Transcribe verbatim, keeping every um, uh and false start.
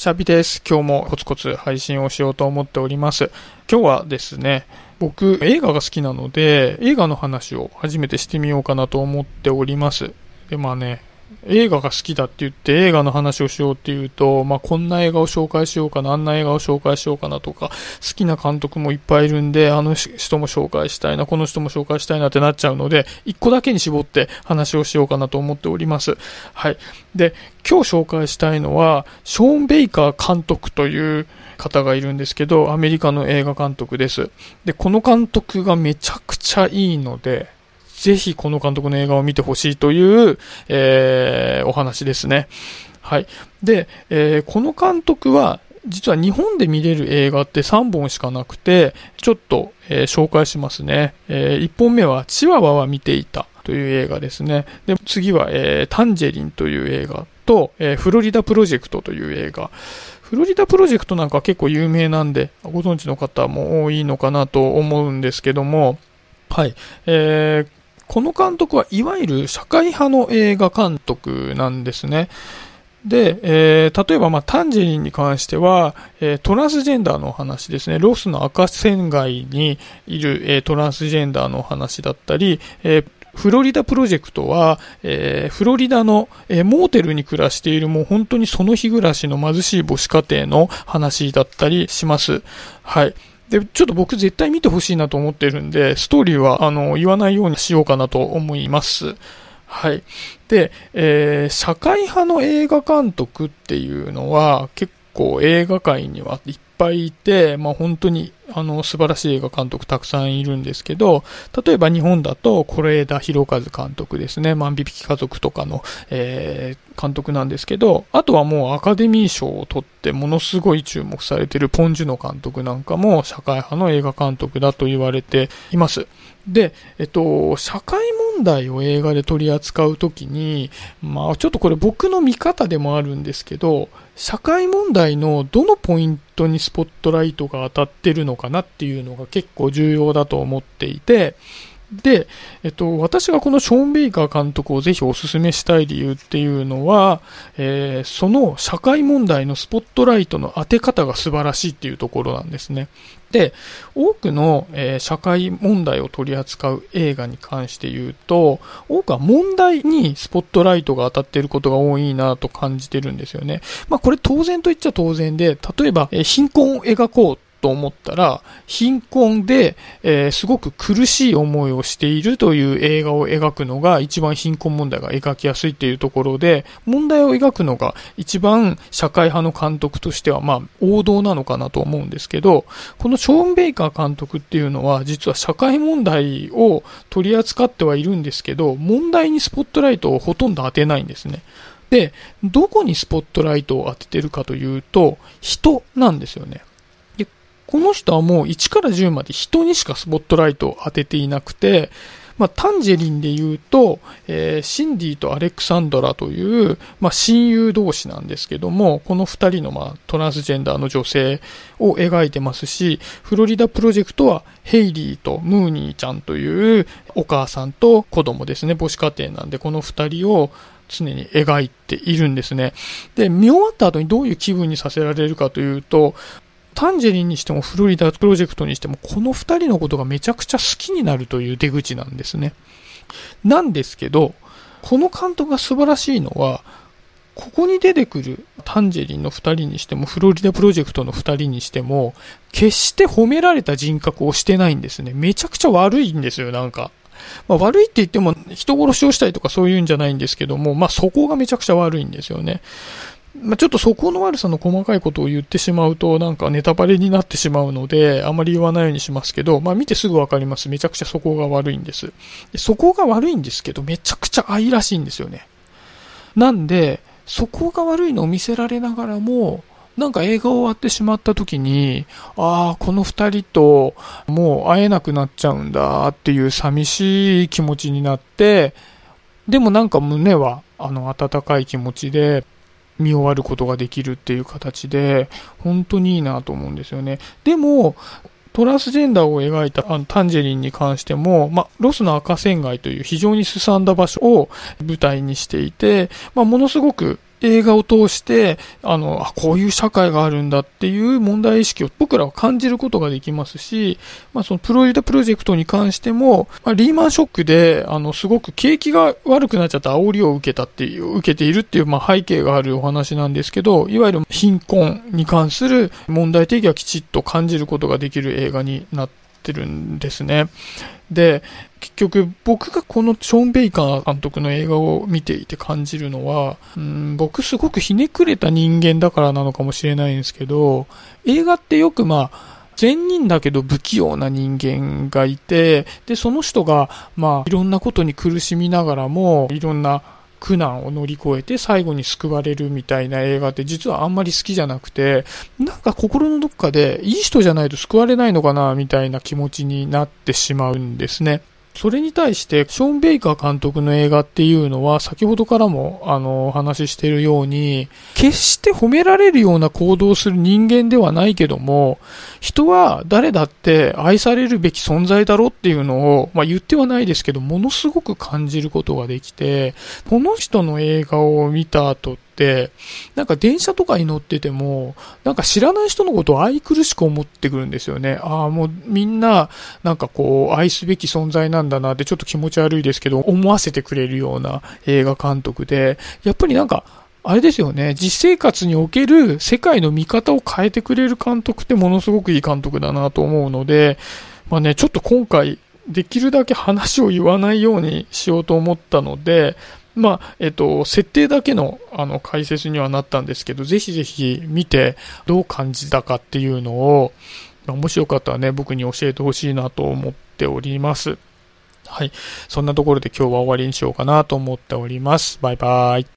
シャーピです。今日もコツコツ配信をしようと思っております。今日はですね、僕映画が好きなので映画の話を初めてしてみようかなと思っております。で、まあね、映画が好きだって言って映画の話をしようっていうと、まあこんな映画を紹介しようかな、あんな映画を紹介しようかなとか、好きな監督もいっぱいいるんで、あの人も紹介したいな、この人も紹介したいなってなっちゃうので、一個だけに絞って話をしようかなと思っております。はい。で、今日紹介したいのは、ショーン・ベイカー監督という方がいるんですけど、アメリカの映画監督です。で、この監督がめちゃくちゃいいので、ぜひこの監督の映画を見てほしいという、えー、お話ですね。はい。で、えー、この監督は実は日本で見れる映画ってさんぼんしかなくて、ちょっと、えー、紹介しますね。えー、いっぽんめはチワワは見ていたという映画ですね。で、次は、えー、タンジェリンという映画と、えー、フロリダプロジェクトという映画。フロリダプロジェクトなんか結構有名なんで、ご存知の方も多いのかなと思うんですけども、はい。えーこの監督はいわゆる社会派の映画監督なんですね。で、えー、例えば、まあ、タンジェリンに関しては、えー、トランスジェンダーの話ですね。ロスの赤線街にいる、えー、トランスジェンダーの話だったり、えーフロリダプロジェクトは、えー、フロリダの、えー、モーテルに暮らしているもう本当にその日暮らしの貧しい母子家庭の話だったりします。はい。で、ちょっと僕絶対見てほしいなと思ってるんで、ストーリーは、あの、言わないようにしようかなと思います。はい。で、えー、社会派の映画監督っていうのは、結構映画界にはいっぱいいて、まあ本当に、あの、素晴らしい映画監督たくさんいるんですけど、例えば日本だと、是枝裕和監督ですね。万引き家族とかの、えー、監督なんですけど、あとはもうアカデミー賞を取ってものすごい注目されているポン・ジュノ監督なんかも社会派の映画監督だと言われています。で、えっと、社会問題を映画で取り扱うときに、まあちょっとこれ僕の見方でもあるんですけど、社会問題のどのポイントにスポットライトが当たってるのかなっていうのが結構重要だと思っていて、で、えっと、私がこのショーン・ベイカー監督をぜひお勧めしたい理由っていうのは、えー、その社会問題のスポットライトの当て方が素晴らしいっていうところなんですね。で、多くの、えー、社会問題を取り扱う映画に関して言うと、多くは問題にスポットライトが当たっていることが多いなと感じてるんですよね。まあこれ当然と言っちゃ当然で、例えば、えー、貧困を描こうと思ったら、貧困で、えー、すごく苦しい思いをしているという映画を描くのが一番貧困問題が描きやすいっていうところで、問題を描くのが一番社会派の監督としてはまあ王道なのかなと思うんですけど、このショーン・ベイカー監督っていうのは実は社会問題を取り扱ってはいるんですけど、問題にスポットライトをほとんど当てないんですね。で、どこにスポットライトを当ててるかというと、人なんですよね。この人はもういちからじゅうまで人にしかスポットライトを当てていなくて、まあ、タンジェリンで言うと、えー、シンディとアレクサンドラという、まあ、親友同士なんですけども、この二人の、まあ、トランスジェンダーの女性を描いてますし、フロリダプロジェクトはヘイリーとムーニーちゃんというお母さんと子供ですね、母子家庭なんで、この二人を常に描いているんですね。で、見終わった後にどういう気分にさせられるかというと、タンジェリンにしてもフロリダプロジェクトにしてもこの二人のことがめちゃくちゃ好きになるという出口なんですね。なんですけど、この監督が素晴らしいのは、ここに出てくるタンジェリンの二人にしてもフロリダプロジェクトの二人にしても、決して褒められた人格をしてないんですね。めちゃくちゃ悪いんですよ、なんか。まあ、悪いって言っても人殺しをしたりとかそういうんじゃないんですけども、まあそこがめちゃくちゃ悪いんですよね。まあ、ちょっとそこの悪さの細かいことを言ってしまうとなんかネタバレになってしまうのであまり言わないようにしますけど、まあ見てすぐわかります。めちゃくちゃそこが悪いんです。でそこが悪いんですけどめちゃくちゃ愛らしいんですよね。なんでそこが悪いのを見せられながらもなんか映画終わってしまった時に、ああ、この二人ともう会えなくなっちゃうんだっていう寂しい気持ちになって、でもなんか胸はあの温かい気持ちで見終わることができるっていう形で本当にいいなと思うんですよね。でもトランスジェンダーを描いたあのタンジェリンに関しても、まあ、ロスの赤線街という非常にすさんだ場所を舞台にしていて、まあ、ものすごく映画を通して、あの、あ、こういう社会があるんだっていう問題意識を僕らは感じることができますし、まあそのプロリーダプロジェクトに関しても、まあ、リーマンショックで、あの、すごく景気が悪くなっちゃった煽りを受けたっていう、受けているっていう、まあ背景があるお話なんですけど、いわゆる貧困に関する問題提起はきちっと感じることができる映画になってるんですね。で、結局僕がこのショーン・ベイカー監督の映画を見ていて感じるのは、うん、僕すごくひねくれた人間だからなのかもしれないんですけど、映画ってよくまあ、善人だけど不器用な人間がいて、で、その人がまあ、いろんなことに苦しみながらも、いろんな苦難を乗り越えて最後に救われるみたいな映画って実はあんまり好きじゃなくて、なんか心のどっかでいい人じゃないと救われないのかなみたいな気持ちになってしまうんですね。それに対してショーン・ベイカー監督の映画っていうのは先ほどからもあのお話ししているように決して褒められるような行動をする人間ではないけども、人は誰だって愛されるべき存在だろっていうのを、まあ、言ってはないですけどものすごく感じることができて、この人の映画を見た後で、なんか電車とかに乗ってても、なんか知らない人のことを愛くるしく思ってくるんですよね。ああ、もうみんな、なんかこう、愛すべき存在なんだなってちょっと気持ち悪いですけど、思わせてくれるような映画監督で、やっぱりなんか、あれですよね、実生活における世界の見方を変えてくれる監督ってものすごくいい監督だなと思うので、まあね、ちょっと今回、できるだけ話を言わないようにしようと思ったので、まあ、えっと、設定だけの、あの、解説にはなったんですけど、ぜひぜひ見て、どう感じたかっていうのを、もしよかったらね、僕に教えてほしいなと思っております。はい。そんなところで今日は終わりにしようかなと思っております。バイバイ。